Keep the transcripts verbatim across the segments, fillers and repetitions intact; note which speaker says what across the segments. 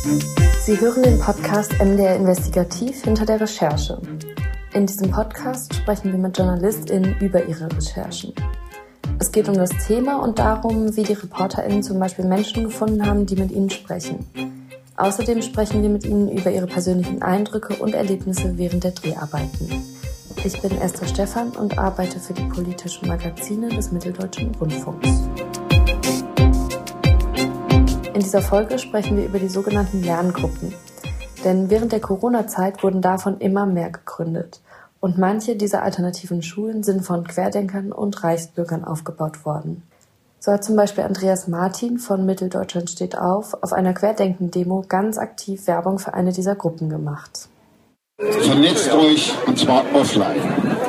Speaker 1: Sie hören den Podcast M D R Investigativ hinter der Recherche. In diesem Podcast sprechen wir mit JournalistInnen über ihre Recherchen. Es geht um das Thema und darum, wie die ReporterInnen zum Beispiel Menschen gefunden haben, die mit ihnen sprechen. Außerdem sprechen wir mit ihnen über ihre persönlichen Eindrücke und Erlebnisse während der Dreharbeiten. Ich bin Esther Stephan und arbeite für die politischen Magazine des Mitteldeutschen Rundfunks. In dieser Folge sprechen wir über die sogenannten Lerngruppen. Denn während der Corona-Zeit wurden davon immer mehr gegründet. Und manche dieser alternativen Schulen sind von Querdenkern und Reichsbürgern aufgebaut worden. So hat zum Beispiel Andreas Martin von Mitteldeutschland steht auf auf einer Querdenken-Demo ganz aktiv Werbung für eine dieser Gruppen gemacht.
Speaker 2: Vernetzt euch, und zwar offline.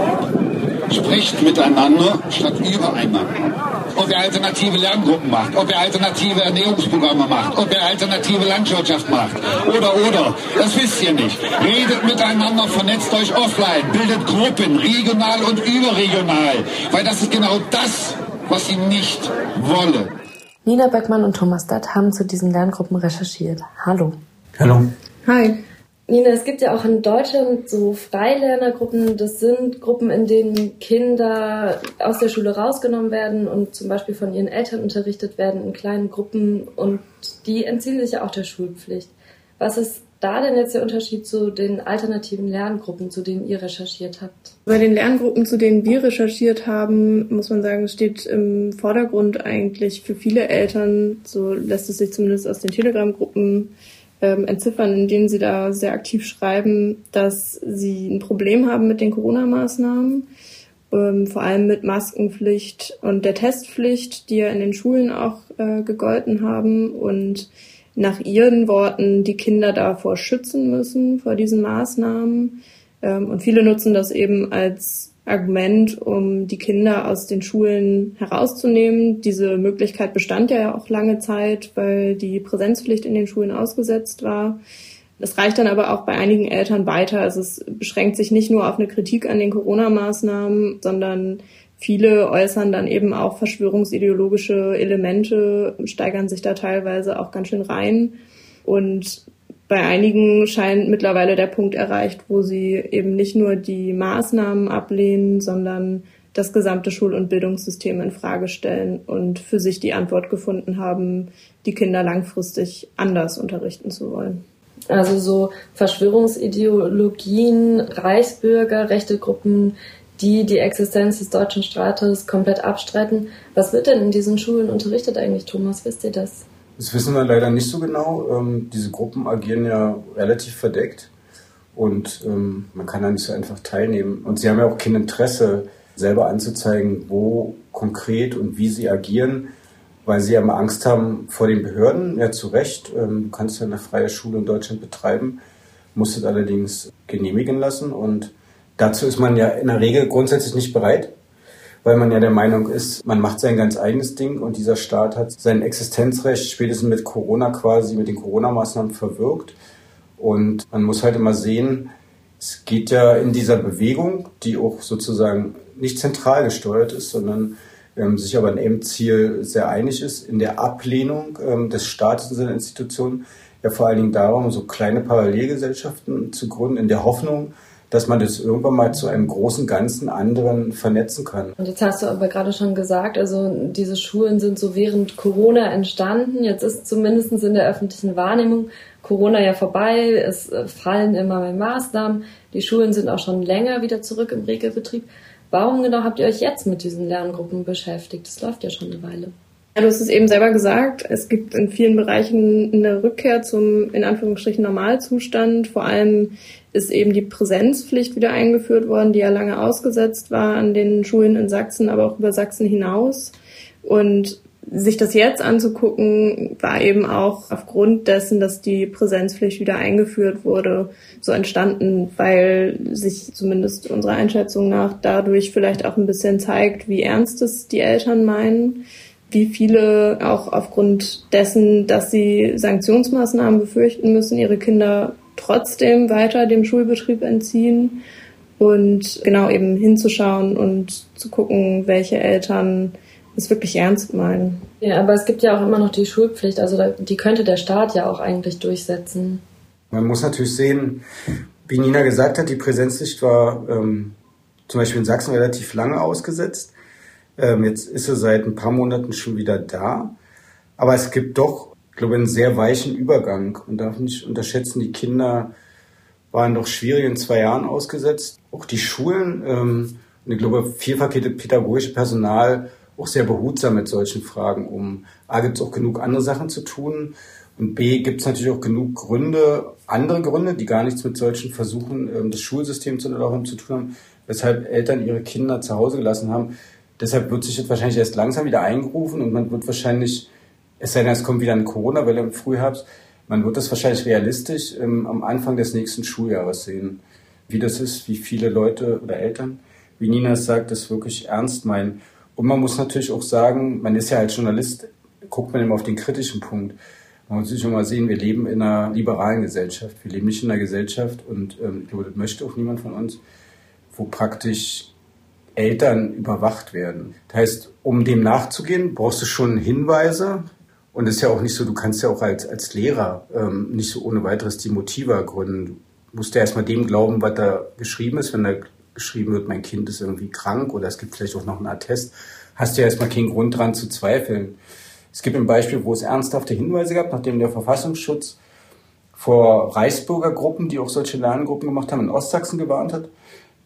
Speaker 2: Sprecht miteinander statt übereinander. Ob ihr alternative Lerngruppen macht, ob ihr alternative Ernährungsprogramme macht, ob ihr alternative Landwirtschaft macht oder, oder, das wisst ihr nicht. Redet miteinander, vernetzt euch offline, bildet Gruppen, regional und überregional, weil das ist genau das, was sie nicht wollen.
Speaker 1: Nina Böckmann und Thomas Datt haben zu diesen Lerngruppen recherchiert. Hallo.
Speaker 3: Hallo.
Speaker 4: Hi.
Speaker 1: Nina, es gibt ja auch in Deutschland so Freilernergruppen. Das sind Gruppen, in denen Kinder aus der Schule rausgenommen werden und zum Beispiel von ihren Eltern unterrichtet werden in kleinen Gruppen und die entziehen sich ja auch der Schulpflicht. Was ist da denn jetzt der Unterschied zu den alternativen Lerngruppen, zu denen ihr recherchiert habt?
Speaker 4: Bei den Lerngruppen, zu denen wir recherchiert haben, muss man sagen, steht im Vordergrund eigentlich für viele Eltern, so lässt es sich zumindest aus den Telegram-Gruppen ähm, entziffern, in denen sie da sehr aktiv schreiben, dass sie ein Problem haben mit den Corona-Maßnahmen, ähm, vor allem mit Maskenpflicht und der Testpflicht, die ja in den Schulen auch äh, gegolten haben und nach ihren Worten die Kinder davor schützen müssen, vor diesen Maßnahmen. Und viele nutzen das eben als Argument, um die Kinder aus den Schulen herauszunehmen. Diese Möglichkeit bestand ja auch lange Zeit, weil die Präsenzpflicht in den Schulen ausgesetzt war. Das reicht dann aber auch bei einigen Eltern weiter. Also es beschränkt sich nicht nur auf eine Kritik an den Corona-Maßnahmen, sondern viele äußern dann eben auch verschwörungsideologische Elemente, steigern sich da teilweise auch ganz schön rein. Und bei einigen scheint mittlerweile der Punkt erreicht, wo sie eben nicht nur die Maßnahmen ablehnen, sondern das gesamte Schul- und Bildungssystem in Frage stellen und für sich die Antwort gefunden haben, die Kinder langfristig anders unterrichten zu wollen.
Speaker 1: Also so Verschwörungsideologien, Reichsbürger, rechte Gruppen, die die Existenz des deutschen Staates komplett abstreiten. Was wird denn in diesen Schulen unterrichtet eigentlich, Thomas? Wisst ihr das?
Speaker 3: Das wissen wir leider nicht so genau. Ähm, diese Gruppen agieren ja relativ verdeckt und ähm, man kann da nicht so einfach teilnehmen. Und sie haben ja auch kein Interesse, selber anzuzeigen, wo konkret und wie sie agieren, weil sie ja immer Angst haben vor den Behörden. Ja, zu Recht. Ähm, du kannst ja eine freie Schule in Deutschland betreiben, musst es allerdings genehmigen lassen und dazu ist man ja in der Regel grundsätzlich nicht bereit, weil man ja der Meinung ist, man macht sein ganz eigenes Ding und dieser Staat hat sein Existenzrecht spätestens mit Corona quasi, mit den Corona-Maßnahmen verwirkt. Und man muss halt immer sehen, es geht ja in dieser Bewegung, die auch sozusagen nicht zentral gesteuert ist, sondern ähm, sich aber in einem Ziel sehr einig ist, in der Ablehnung ähm, des Staates und seiner Institutionen, ja vor allen Dingen darum, so kleine Parallelgesellschaften zu gründen, in der Hoffnung, dass man das irgendwann mal zu einem großen Ganzen anderen vernetzen kann.
Speaker 1: Und jetzt hast du aber gerade schon gesagt, also diese Schulen sind so während Corona entstanden. Jetzt ist zumindest in der öffentlichen Wahrnehmung Corona ja vorbei. Es fallen immer mehr Maßnahmen. Die Schulen sind auch schon länger wieder zurück im Regelbetrieb. Warum genau habt ihr euch jetzt mit diesen Lerngruppen beschäftigt? Das läuft ja schon eine Weile.
Speaker 4: Ja, du hast es eben selber gesagt, es gibt in vielen Bereichen eine Rückkehr zum, in Anführungsstrichen, Normalzustand. Vor allem ist eben die Präsenzpflicht wieder eingeführt worden, die ja lange ausgesetzt war an den Schulen in Sachsen, aber auch über Sachsen hinaus. Und sich das jetzt anzugucken, war eben auch aufgrund dessen, dass die Präsenzpflicht wieder eingeführt wurde, so entstanden, weil sich zumindest unserer Einschätzung nach dadurch vielleicht auch ein bisschen zeigt, wie ernst es die Eltern meinen, wie viele auch aufgrund dessen, dass sie Sanktionsmaßnahmen befürchten müssen, ihre Kinder trotzdem weiter dem Schulbetrieb entziehen und genau eben hinzuschauen und zu gucken, welche Eltern es wirklich ernst meinen.
Speaker 1: Ja, aber es gibt ja auch immer noch die Schulpflicht, also da, die könnte der Staat ja auch eigentlich durchsetzen.
Speaker 3: Man muss natürlich sehen, wie Nina gesagt hat, die Präsenzpflicht war ähm, zum Beispiel in Sachsen relativ lange ausgesetzt. Ähm, jetzt ist sie seit ein paar Monaten schon wieder da. Aber es gibt doch, ich glaube, einen sehr weichen Übergang. Und darf nicht unterschätzen, die Kinder waren doch schwierig in zwei Jahren ausgesetzt. Auch die Schulen, ähm, und ich glaube, vielfach geht das pädagogische Personal auch sehr behutsam mit solchen Fragen um. A, gibt es auch genug andere Sachen zu tun. Und B, gibt es natürlich auch genug Gründe, andere Gründe, die gar nichts mit solchen Versuchen ähm, des Schulsystems zu tun haben, weshalb Eltern ihre Kinder zu Hause gelassen haben. Deshalb wird sich jetzt wahrscheinlich erst langsam wieder eingerufen und man wird wahrscheinlich, es sei denn, es kommt wieder eine Corona-Welle im Frühherbst, man wird das wahrscheinlich realistisch ähm, am Anfang des nächsten Schuljahres sehen. Wie das ist, wie viele Leute oder Eltern, wie Nina es sagt, das wirklich ernst meinen. Und man muss natürlich auch sagen, man ist ja als Journalist, guckt man immer auf den kritischen Punkt. Man muss sich immer sehen, wir leben in einer liberalen Gesellschaft. Wir leben nicht in einer Gesellschaft, und ähm, ich glaube, das möchte auch niemand von uns, wo praktisch Eltern überwacht werden. Das heißt, um dem nachzugehen, brauchst du schon Hinweise. Und es ist ja auch nicht so, du kannst ja auch als, als Lehrer ähm, nicht so ohne weiteres die Motive ergründen. Du musst ja erstmal dem glauben, was da geschrieben ist. Wenn da geschrieben wird, mein Kind ist irgendwie krank oder es gibt vielleicht auch noch einen Attest, hast du ja erstmal keinen Grund dran zu zweifeln. Es gibt ein Beispiel, wo es ernsthafte Hinweise gab, nachdem der Verfassungsschutz vor Reichsbürgergruppen, die auch solche Lerngruppen gemacht haben, in Ostsachsen gewarnt hat.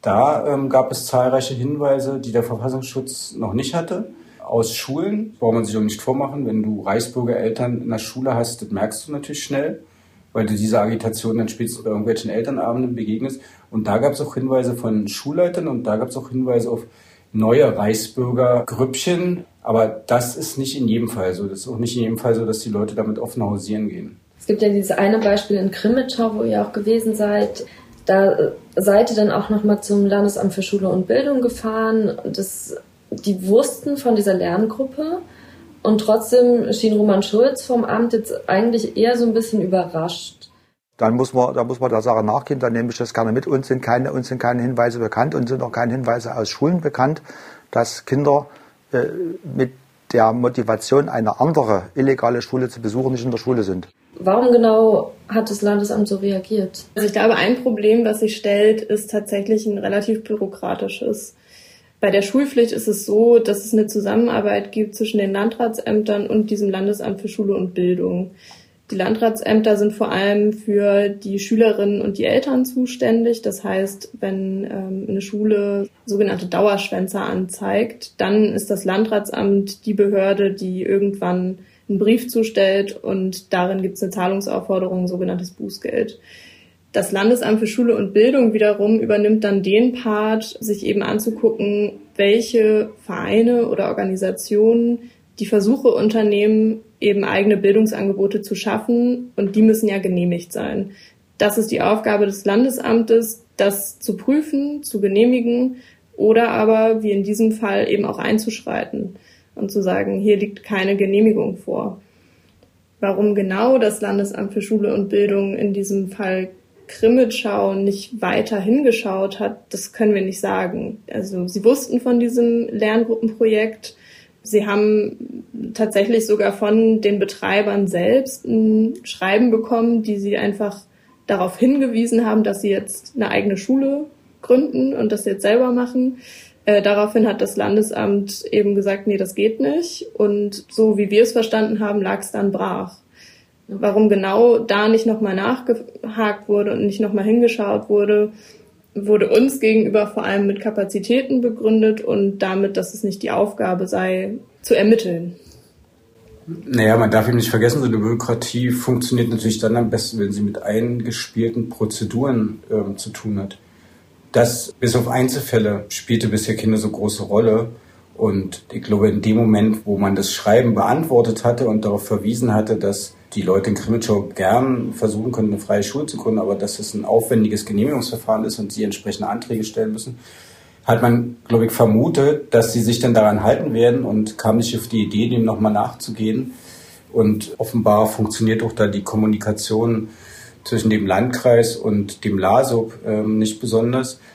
Speaker 3: Da ähm, gab es zahlreiche Hinweise, die der Verfassungsschutz noch nicht hatte, aus Schulen. Braucht man sich auch nicht vormachen, wenn du Reichsbürgereltern in der Schule hast, das merkst du natürlich schnell, weil du dieser Agitation dann spätestens bei irgendwelchen Elternabenden begegnest. Und da gab es auch Hinweise von Schulleitern und da gab es auch Hinweise auf neue Reichsbürgergrüppchen. Aber das ist nicht in jedem Fall so. Das ist auch nicht in jedem Fall so, dass die Leute damit offen hausieren gehen.
Speaker 1: Es gibt ja dieses eine Beispiel in Krimitschau, wo ihr auch gewesen seid. Da seid ihr dann auch nochmal zum Landesamt für Schule und Bildung gefahren. Das, die wussten von dieser Lerngruppe und trotzdem schien Roman Schulz vom Amt jetzt eigentlich eher so ein bisschen überrascht.
Speaker 5: Dann muss man, da muss man der Sache nachgehen, dann nehme ich das gerne mit. Uns sind keine, uns sind keine Hinweise bekannt und sind auch keine Hinweise aus Schulen bekannt, dass Kinder äh, mit der Motivation, eine andere illegale Schule zu besuchen, nicht in der Schule sind.
Speaker 1: Warum genau hat das Landesamt so reagiert?
Speaker 4: Also ich glaube, ein Problem, was sich stellt, ist tatsächlich ein relativ bürokratisches. Bei der Schulpflicht ist es so, dass es eine Zusammenarbeit gibt zwischen den Landratsämtern und diesem Landesamt für Schule und Bildung. Die Landratsämter sind vor allem für die Schülerinnen und die Eltern zuständig. Das heißt, wenn ähm, eine Schule sogenannte Dauerschwänzer anzeigt, dann ist das Landratsamt die Behörde, die irgendwann einen Brief zustellt und darin gibt es eine Zahlungsaufforderung, ein sogenanntes Bußgeld. Das Landesamt für Schule und Bildung wiederum übernimmt dann den Part, sich eben anzugucken, welche Vereine oder Organisationen die Versuche unternehmen, eben eigene Bildungsangebote zu schaffen, und die müssen ja genehmigt sein. Das ist die Aufgabe des Landesamtes, das zu prüfen, zu genehmigen oder aber, wie in diesem Fall, eben auch einzuschreiten und zu sagen, hier liegt keine Genehmigung vor. Warum genau das Landesamt für Schule und Bildung in diesem Fall Krimitschau nicht weiter hingeschaut hat, das können wir nicht sagen. Also sie wussten von diesem Lerngruppenprojekt. Sie haben tatsächlich sogar von den Betreibern selbst ein Schreiben bekommen, die sie einfach darauf hingewiesen haben, dass sie jetzt eine eigene Schule gründen und das jetzt selber machen. Äh, daraufhin hat das Landesamt eben gesagt, nee, das geht nicht. Und so wie wir es verstanden haben, lag es dann brach. Warum genau da nicht nochmal nachgehakt wurde und nicht nochmal hingeschaut wurde, wurde uns gegenüber vor allem mit Kapazitäten begründet und damit, dass es nicht die Aufgabe sei, zu ermitteln.
Speaker 3: Naja, man darf eben nicht vergessen, so eine Bürokratie funktioniert natürlich dann am besten, wenn sie mit eingespielten Prozeduren äh, zu tun hat. Das, bis auf Einzelfälle, spielte bisher keine so große Rolle. Und ich glaube, in dem Moment, wo man das Schreiben beantwortet hatte und darauf verwiesen hatte, dass die Leute in Krimitschau gern versuchen können, eine freie Schule zu gründen, aber dass es ein aufwendiges Genehmigungsverfahren ist und sie entsprechende Anträge stellen müssen, hat man, glaube ich, vermutet, dass sie sich dann daran halten werden und kam nicht auf die Idee, dem nochmal nachzugehen. Und offenbar funktioniert auch da die Kommunikation zwischen dem Landkreis und dem LASUB ähm, nicht besonders.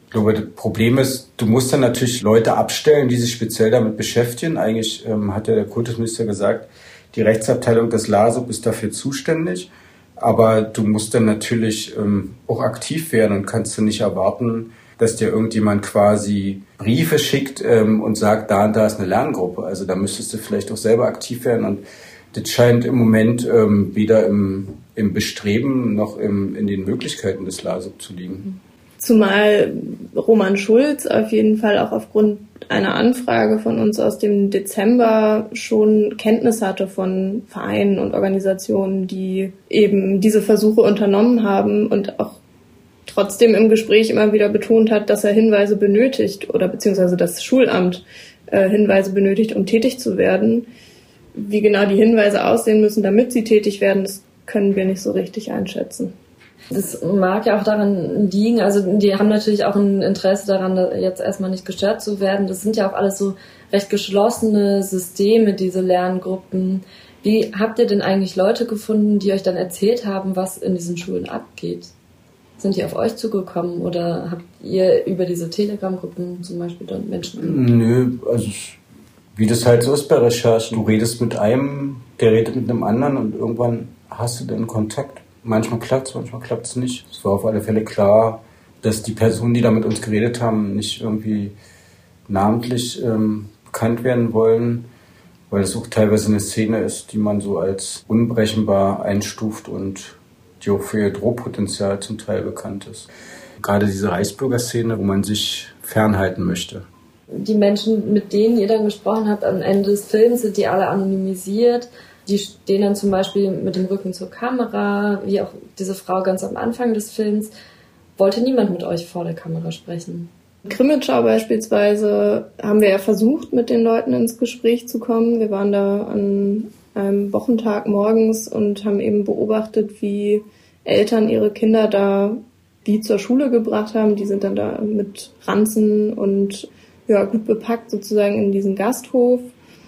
Speaker 3: Ich glaube, das Problem ist, du musst dann natürlich Leute abstellen, die sich speziell damit beschäftigen. Eigentlich ähm, hat ja der Kultusminister gesagt, die Rechtsabteilung des L A S U B ist dafür zuständig. Aber du musst dann natürlich ähm, auch aktiv werden und kannst du nicht erwarten, dass dir irgendjemand quasi Briefe schickt ähm, und sagt, da und da ist eine Lerngruppe. Also da müsstest du vielleicht auch selber aktiv werden. Und das scheint im Moment ähm, weder im, im Bestreben noch im, in den Möglichkeiten des L A S U B zu liegen.
Speaker 4: Zumal Roman Schulz auf jeden Fall auch aufgrund einer Anfrage von uns aus dem Dezember schon Kenntnis hatte von Vereinen und Organisationen, die eben diese Versuche unternommen haben und auch trotzdem im Gespräch immer wieder betont hat, dass er Hinweise benötigt oder beziehungsweise das Schulamt äh, Hinweise benötigt, um tätig zu werden. Wie genau die Hinweise aussehen müssen, damit sie tätig werden, das können wir nicht so richtig einschätzen.
Speaker 1: Das mag ja auch daran liegen, also die haben natürlich auch ein Interesse daran, jetzt erstmal nicht gestört zu werden. Das sind ja auch alles so recht geschlossene Systeme, diese Lerngruppen. Wie habt ihr denn eigentlich Leute gefunden, die euch dann erzählt haben, was in diesen Schulen abgeht? Sind die auf euch zugekommen oder habt ihr über diese Telegram-Gruppen zum Beispiel dort Menschen?
Speaker 3: Nö, also wie das halt so ist bei Recherchen. Du redest mit einem, der redet mit einem anderen und irgendwann hast du dann Kontakt. Manchmal klappt es, manchmal klappt es nicht. Es war auf alle Fälle klar, dass die Personen, die da mit uns geredet haben, nicht irgendwie namentlich ähm, bekannt werden wollen, weil es auch teilweise eine Szene ist, die man so als unberechenbar einstuft und die auch für ihr Drohpotenzial zum Teil bekannt ist. Gerade diese Reichsbürgerszene, wo man sich fernhalten möchte.
Speaker 1: Die Menschen, mit denen ihr dann gesprochen habt, am Ende des Films, sind die alle anonymisiert. Die stehen dann zum Beispiel mit dem Rücken zur Kamera, wie auch diese Frau ganz am Anfang des Films. Wollte niemand mit euch vor der Kamera sprechen?
Speaker 4: Krimitschau beispielsweise haben wir ja versucht, mit den Leuten ins Gespräch zu kommen. Wir waren da an einem Wochentag morgens und haben eben beobachtet, wie Eltern ihre Kinder da wie zur Schule gebracht haben. Die sind dann da mit Ranzen und ja, gut bepackt sozusagen in diesen Gasthof.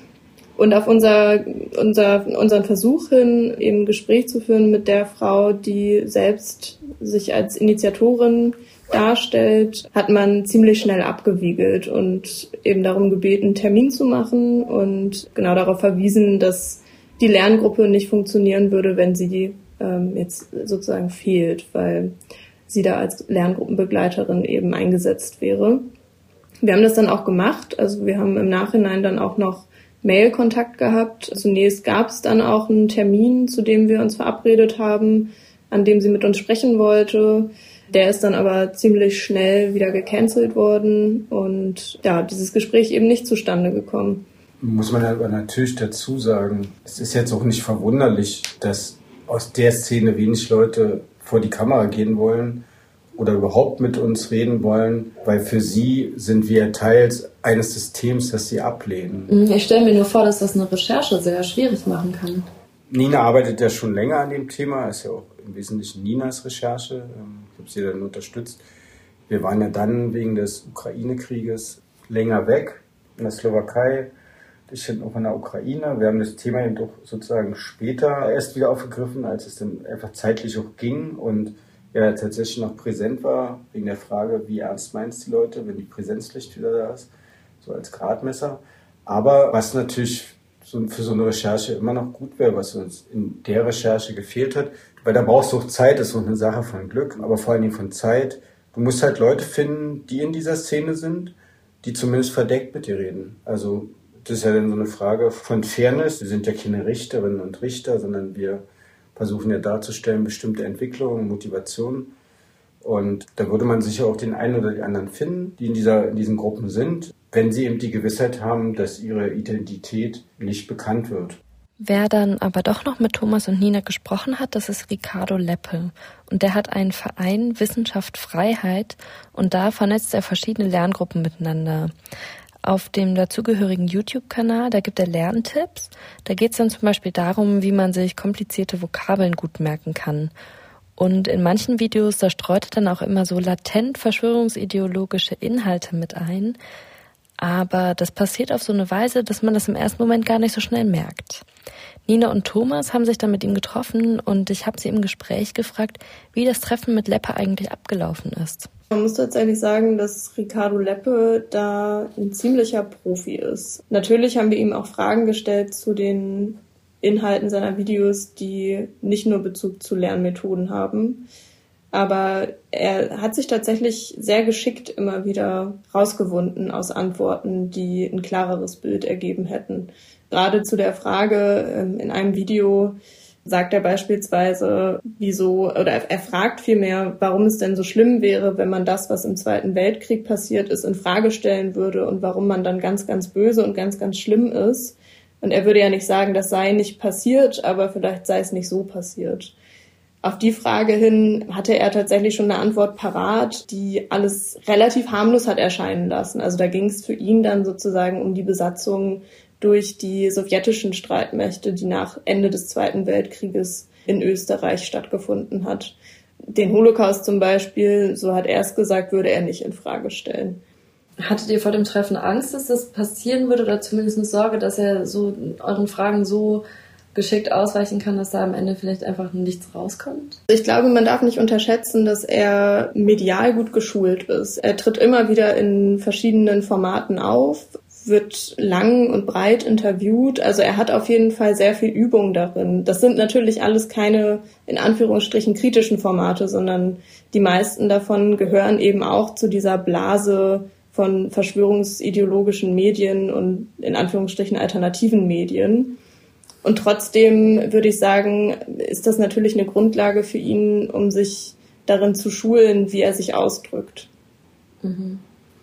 Speaker 4: Und auf unser, unser, unseren Versuch hin, eben ein Gespräch zu führen mit der Frau, die selbst sich als Initiatorin darstellt, hat man ziemlich schnell abgewiegelt und eben darum gebeten, einen Termin zu machen und genau darauf verwiesen, dass die Lerngruppe nicht funktionieren würde, wenn sie ähm, jetzt sozusagen fehlt, weil sie da als Lerngruppenbegleiterin eben eingesetzt wäre. Wir haben das dann auch gemacht, also wir haben im Nachhinein dann auch noch Mail-Kontakt gehabt. Zunächst gab es dann auch einen Termin, zu dem wir uns verabredet haben, an dem sie mit uns sprechen wollte. Der ist dann aber ziemlich schnell wieder gecancelt worden und ja, dieses Gespräch eben nicht zustande gekommen.
Speaker 3: Muss man aber natürlich dazu sagen, es ist jetzt auch nicht verwunderlich, dass aus der Szene wenig Leute vor die Kamera gehen wollen oder überhaupt mit uns reden wollen, weil für sie sind wir Teil eines Systems, das sie ablehnen.
Speaker 1: Ich stelle mir nur vor, dass das eine Recherche sehr schwierig machen kann.
Speaker 3: Nina arbeitet ja schon länger an dem Thema, ist ja auch im Wesentlichen Ninas Recherche. Ich habe sie dann unterstützt. Wir waren ja dann wegen des Ukraine-Krieges länger weg in der Slowakei. Ich bin auch in der Ukraine. Wir haben das Thema eben doch sozusagen später erst wieder aufgegriffen, als es dann einfach zeitlich auch ging und ja tatsächlich noch präsent war, wegen der Frage, wie ernst meinst die Leute, wenn die Präsenzpflicht wieder da ist, so als Gradmesser. Aber was natürlich so für so eine Recherche immer noch gut wäre, was uns in der Recherche gefehlt hat, weil da brauchst du auch Zeit, das ist auch eine Sache von Glück, aber vor allen Dingen von Zeit. Du musst halt Leute finden, die in dieser Szene sind, die zumindest verdeckt mit dir reden. Also das ist ja dann so eine Frage von Fairness. Wir sind ja keine Richterinnen und Richter, sondern wir versuchen ja darzustellen, bestimmte Entwicklungen, Motivationen. Und da würde man sicher auch den einen oder die anderen finden, die in, dieser, in diesen Gruppen sind, wenn sie eben die Gewissheit haben, dass ihre Identität nicht bekannt wird.
Speaker 6: Wer dann aber doch noch mit Thomas und Nina gesprochen hat, das ist Ricardo Leppe. Und der hat einen Verein Wissenschaft Freiheit und da vernetzt er verschiedene Lerngruppen miteinander. Auf dem dazugehörigen YouTube-Kanal, da gibt er Lerntipps. Da geht es dann zum Beispiel darum, wie man sich komplizierte Vokabeln gut merken kann. Und in manchen Videos, da streut er dann auch immer so latent verschwörungsideologische Inhalte mit ein. Aber das passiert auf so eine Weise, dass man das im ersten Moment gar nicht so schnell merkt. Nina und Thomas haben sich dann mit ihm getroffen und ich habe sie im Gespräch gefragt, wie das Treffen mit Leppe eigentlich abgelaufen ist.
Speaker 4: Man muss tatsächlich sagen, dass Ricardo Leppe da ein ziemlicher Profi ist. Natürlich haben wir ihm auch Fragen gestellt zu den Inhalten seiner Videos, die nicht nur Bezug zu Lernmethoden haben. Aber er hat sich tatsächlich sehr geschickt immer wieder rausgewunden aus Antworten, die ein klareres Bild ergeben hätten. Gerade zu der Frage in einem Video sagt er beispielsweise, wieso, oder er fragt vielmehr, warum es denn so schlimm wäre, wenn man das, was im Zweiten Weltkrieg passiert ist, in Frage stellen würde und warum man dann ganz, ganz böse und ganz, ganz schlimm ist. Und er würde ja nicht sagen, das sei nicht passiert, aber vielleicht sei es nicht so passiert. Auf die Frage hin hatte er tatsächlich schon eine Antwort parat, die alles relativ harmlos hat erscheinen lassen. Also da ging es für ihn dann sozusagen um die Besatzung durch die sowjetischen Streitmächte, die nach Ende des Zweiten Weltkrieges in Österreich stattgefunden hat. Den Holocaust zum Beispiel, so hat er es gesagt, würde er nicht in Frage stellen.
Speaker 6: Hattet ihr vor dem Treffen Angst, dass das passieren würde oder zumindest Sorge, dass er so euren Fragen so geschickt ausweichen kann, dass da am Ende vielleicht einfach nichts rauskommt?
Speaker 4: Ich glaube, man darf nicht unterschätzen, dass er medial gut geschult ist. Er tritt immer wieder in verschiedenen Formaten auf, wird lang und breit interviewt. Also er hat auf jeden Fall sehr viel Übung darin. Das sind natürlich alles keine, in Anführungsstrichen, kritischen Formate, sondern die meisten davon gehören eben auch zu dieser Blase von verschwörungsideologischen Medien und in Anführungsstrichen alternativen Medien. Und trotzdem würde ich sagen, ist das natürlich eine Grundlage für ihn, um sich darin zu schulen, wie er sich ausdrückt. Mhm.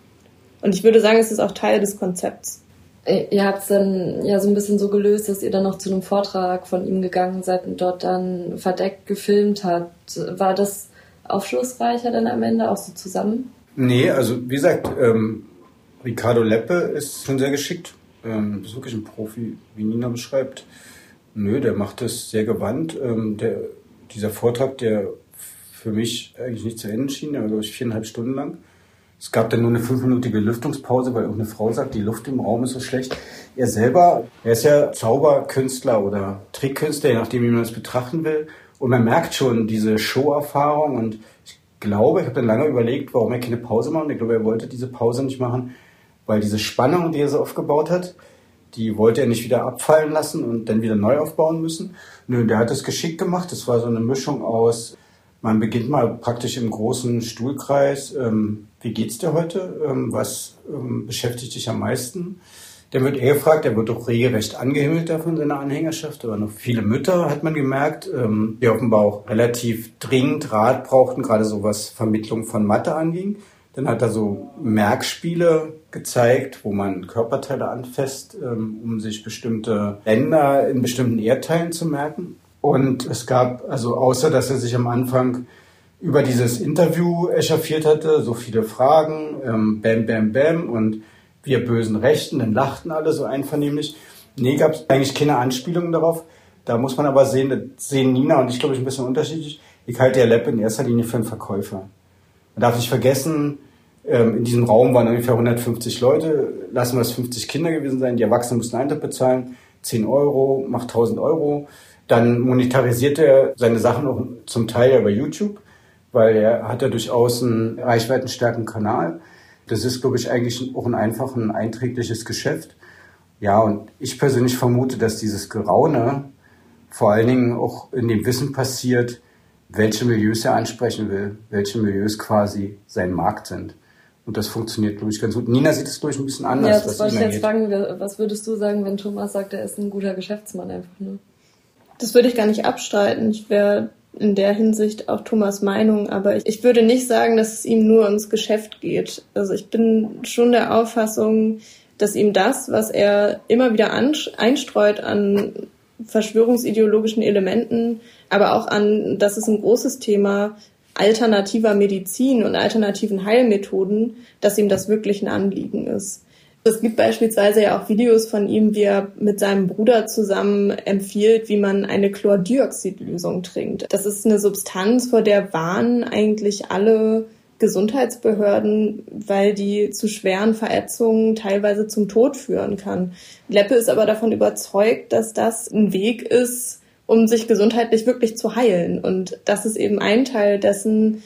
Speaker 4: Und ich würde sagen, es ist auch Teil des Konzepts.
Speaker 6: Ihr habt es dann ja so ein bisschen so gelöst, dass ihr dann noch zu einem Vortrag von ihm gegangen seid und dort dann verdeckt gefilmt habt. War das aufschlussreicher dann am Ende auch so zusammen?
Speaker 3: Nee, also wie gesagt, ähm, Ricardo Leppe ist schon sehr geschickt. Ähm, ist wirklich ein Profi, wie Nina beschreibt. Nö, der macht das sehr gewandt. Ähm, der, dieser Vortrag, der für mich eigentlich nicht zu Ende schien, der war, glaube ich, viereinhalb Stunden lang. Es gab dann nur eine fünfminütige Lüftungspause, weil irgendeine Frau sagt, die Luft im Raum ist so schlecht. Er selber, er ist ja Zauberkünstler oder Trickkünstler, je nachdem, wie man das betrachten will. Und man merkt schon diese Show-Erfahrung. Und ich glaube, ich habe dann lange überlegt, warum er keine Pause macht. Ich glaube, er wollte diese Pause nicht machen, weil diese Spannung, die er so aufgebaut hat, die wollte er nicht wieder abfallen lassen und dann wieder neu aufbauen müssen. Nö, der hat das geschickt gemacht. Das war so eine Mischung aus, man beginnt mal praktisch im großen Stuhlkreis. Ähm, wie geht's dir heute? Ähm, was ähm, beschäftigt dich am meisten? Dann wird er gefragt, er wird doch regelrecht angehimmelt da von seiner Anhängerschaft. Aber noch viele Mütter, hat man gemerkt, ähm, die offenbar auch relativ dringend Rat brauchten, gerade so was Vermittlung von Mathe anging. Dann hat er so Merkspiele gezeigt, wo man Körperteile anfasst, ähm, um sich bestimmte Länder in bestimmten Erdteilen zu merken. Und es gab, also außer dass er sich am Anfang über dieses Interview echauffiert hatte, so viele Fragen, ähm, bam, bam, bam und wir bösen Rechten, dann lachten alle so einvernehmlich. Nee, gab es eigentlich keine Anspielungen darauf. Da muss man aber sehen, das sehen Nina und ich, glaube ich, ein bisschen unterschiedlich. Ich halte ja Leppe in erster Linie für einen Verkäufer. Man darf nicht vergessen, ähm, in diesem Raum waren ungefähr hundertfünfzig Leute, lassen wir es fünfzig Kinder gewesen sein, die Erwachsenen mussten Eintritt bezahlen, zehn Euro, macht tausend Euro. Dann monetarisiert er seine Sachen auch zum Teil über YouTube, weil er hat ja durchaus einen reichweitenstarken Kanal. Das ist, glaube ich, eigentlich auch ein einfach ein einträgliches Geschäft. Ja, und ich persönlich vermute, dass dieses Geraune vor allen Dingen auch in dem Wissen passiert, welche Milieus er ansprechen will, welche Milieus quasi sein Markt sind. Und das funktioniert, glaube ich, ganz gut. Nina sieht es, glaube ich, ein bisschen anders.
Speaker 6: Ja, das wollte ich jetzt fragen. Was würdest du sagen, wenn Thomas sagt, er ist ein guter Geschäftsmann einfach nur?
Speaker 4: Das würde ich gar nicht abstreiten. Ich wäre in der Hinsicht auch Thomas' Meinung, aber ich, ich würde nicht sagen, dass es ihm nur ums Geschäft geht. Also ich bin schon der Auffassung, dass ihm das, was er immer wieder einstreut an verschwörungsideologischen Elementen, aber auch an, das ist ein großes Thema, alternativer Medizin und alternativen Heilmethoden, dass ihm das wirklich ein Anliegen ist. Es gibt beispielsweise ja auch Videos von ihm, wie er mit seinem Bruder zusammen empfiehlt, wie man eine Chlordioxidlösung trinkt. Das ist eine Substanz, vor der warnen eigentlich alle Gesundheitsbehörden, weil die zu schweren Verätzungen teilweise zum Tod führen kann. Leppe ist aber davon überzeugt, dass das ein Weg ist, um sich gesundheitlich wirklich zu heilen. Und das ist eben ein Teil dessen,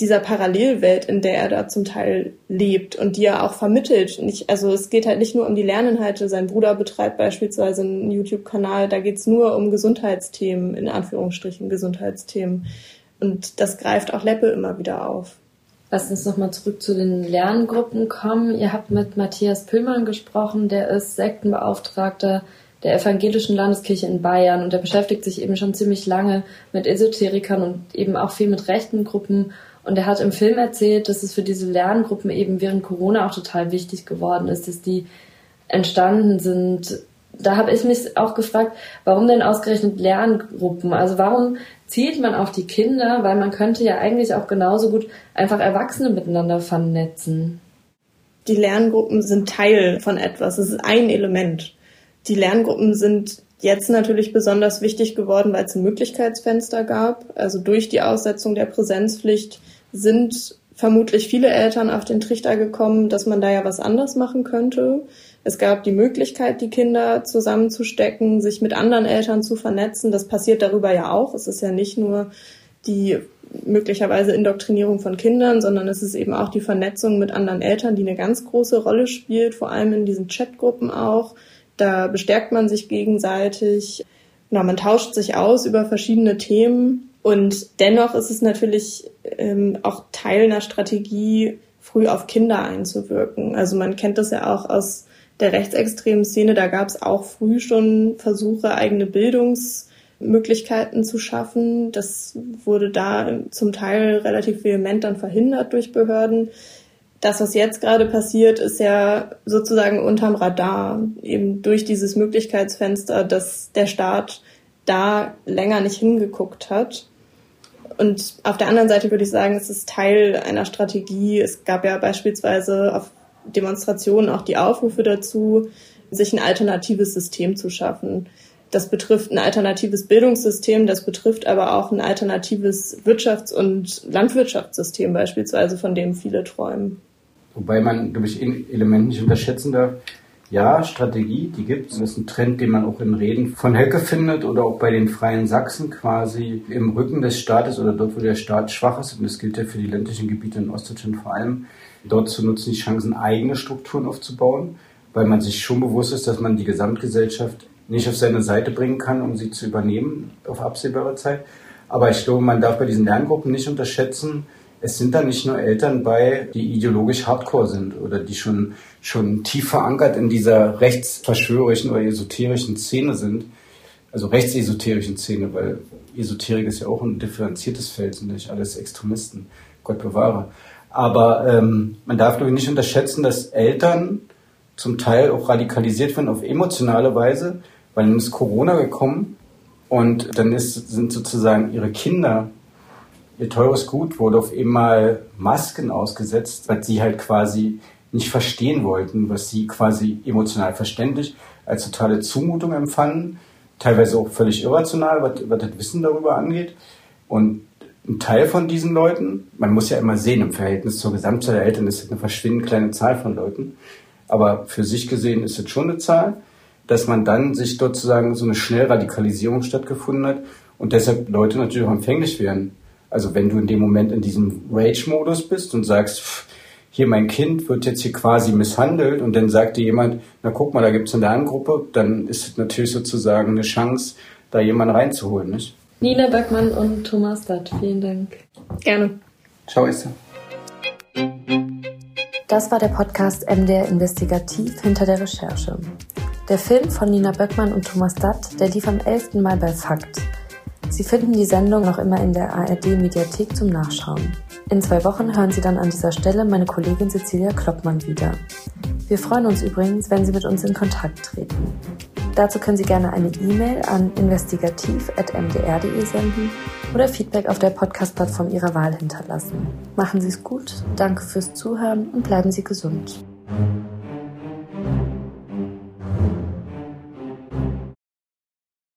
Speaker 4: dieser Parallelwelt, in der er da zum Teil lebt und die er auch vermittelt. Nicht, also es geht halt nicht nur um die Lerninhalte. Sein Bruder betreibt beispielsweise einen YouTube-Kanal, da geht's nur um Gesundheitsthemen, in Anführungsstrichen Gesundheitsthemen. Und das greift auch Leppe immer wieder auf.
Speaker 6: Lass uns nochmal zurück zu den Lerngruppen kommen. Ihr habt mit Matthias Püllmann gesprochen, der ist Sektenbeauftragter der Evangelischen Landeskirche in Bayern und der beschäftigt sich eben schon ziemlich lange mit Esoterikern und eben auch viel mit rechten Gruppen. Und er hat im Film erzählt, dass es für diese Lerngruppen eben während Corona auch total wichtig geworden ist, dass die entstanden sind. Da habe ich mich auch gefragt, warum denn ausgerechnet Lerngruppen? Also warum zielt man auf die Kinder? Weil man könnte ja eigentlich auch genauso gut einfach Erwachsene miteinander vernetzen.
Speaker 4: Die Lerngruppen sind Teil von etwas. Es ist ein Element. Die Lerngruppen sind jetzt natürlich besonders wichtig geworden, weil es ein Möglichkeitsfenster gab. Also durch die Aussetzung der Präsenzpflicht sind vermutlich viele Eltern auf den Trichter gekommen, dass man da ja was anders machen könnte. Es gab die Möglichkeit, die Kinder zusammenzustecken, sich mit anderen Eltern zu vernetzen. Das passiert darüber ja auch. Es ist ja nicht nur die möglicherweise Indoktrinierung von Kindern, sondern es ist eben auch die Vernetzung mit anderen Eltern, die eine ganz große Rolle spielt, vor allem in diesen Chatgruppen auch. Da bestärkt man sich gegenseitig. Na, man tauscht sich aus über verschiedene Themen. Und dennoch ist es natürlich ähm, auch Teil einer Strategie, früh auf Kinder einzuwirken. Also man kennt das ja auch aus der rechtsextremen Szene. Da gab es auch früh schon Versuche, eigene Bildungsmöglichkeiten zu schaffen. Das wurde da zum Teil relativ vehement dann verhindert durch Behörden. Das, was jetzt gerade passiert, ist ja sozusagen unterm Radar, eben durch dieses Möglichkeitsfenster, dass der Staat da länger nicht hingeguckt hat. Und auf der anderen Seite würde ich sagen, es ist Teil einer Strategie. Es gab ja beispielsweise auf Demonstrationen auch die Aufrufe dazu, sich ein alternatives System zu schaffen. Das betrifft ein alternatives Bildungssystem, das betrifft aber auch ein alternatives Wirtschafts- und Landwirtschaftssystem beispielsweise, von dem viele träumen.
Speaker 3: Wobei man, glaube ich, ein Element nicht unterschätzen darf. Ja, Strategie, die gibt es. Das ist ein Trend, den man auch in Reden von Höcke findet oder auch bei den Freien Sachsen quasi im Rücken des Staates oder dort, wo der Staat schwach ist. Und das gilt ja für die ländlichen Gebiete in Ostdeutschland vor allem, dort zu nutzen, die Chancen, eigene Strukturen aufzubauen, weil man sich schon bewusst ist, dass man die Gesamtgesellschaft nicht auf seine Seite bringen kann, um sie zu übernehmen auf absehbare Zeit. Aber ich glaube, man darf bei diesen Lerngruppen nicht unterschätzen, es sind da nicht nur Eltern bei, die ideologisch hardcore sind oder die schon, schon tief verankert in dieser rechtsverschwörerischen oder esoterischen Szene sind. Also rechtsesoterischen Szene, weil Esoterik ist ja auch ein differenziertes Feld, sind nicht alles Extremisten, Gott bewahre. Aber ähm, man darf, glaube ich, nicht unterschätzen, dass Eltern zum Teil auch radikalisiert werden auf emotionale Weise, weil dann ist Corona gekommen und dann ist, sind sozusagen ihre Kinder, ihr teures Gut, wurde auf einmal Masken ausgesetzt, was sie halt quasi nicht verstehen wollten, was sie quasi emotional verständlich als totale Zumutung empfanden, teilweise auch völlig irrational, was, was das Wissen darüber angeht. Und ein Teil von diesen Leuten, man muss ja immer sehen, im Verhältnis zur Gesamtzahl der Eltern ist das eine verschwindend kleine Zahl von Leuten, aber für sich gesehen ist das schon eine Zahl, dass man dann sich dort sozusagen so eine Schnellradikalisierung stattgefunden hat und deshalb Leute natürlich auch empfänglich werden. Also wenn du in dem Moment in diesem Rage-Modus bist und sagst, pff, hier mein Kind wird jetzt hier quasi misshandelt und dann sagt dir jemand, na guck mal, da gibt es eine Lerngruppe, dann ist es natürlich sozusagen eine Chance, da jemanden reinzuholen, nicht?
Speaker 6: Nina Böckmann und Thomas Datt, vielen Dank.
Speaker 4: Gerne.
Speaker 3: Ciao, Esther.
Speaker 1: Das war der Podcast M D R Investigativ hinter der Recherche. Der Film von Nina Böckmann und Thomas Datt, der lief am elften Mai bei Fakt. Sie finden die Sendung noch immer in der A R D-Mediathek zum Nachschauen. In zwei Wochen hören Sie dann an dieser Stelle meine Kollegin Cecilia Kloppmann wieder. Wir freuen uns übrigens, wenn Sie mit uns in Kontakt treten. Dazu können Sie gerne eine E-Mail an investigativ at m d r punkt d e senden oder Feedback auf der Podcast-Plattform Ihrer Wahl hinterlassen. Machen Sie es gut, danke fürs Zuhören und bleiben Sie gesund.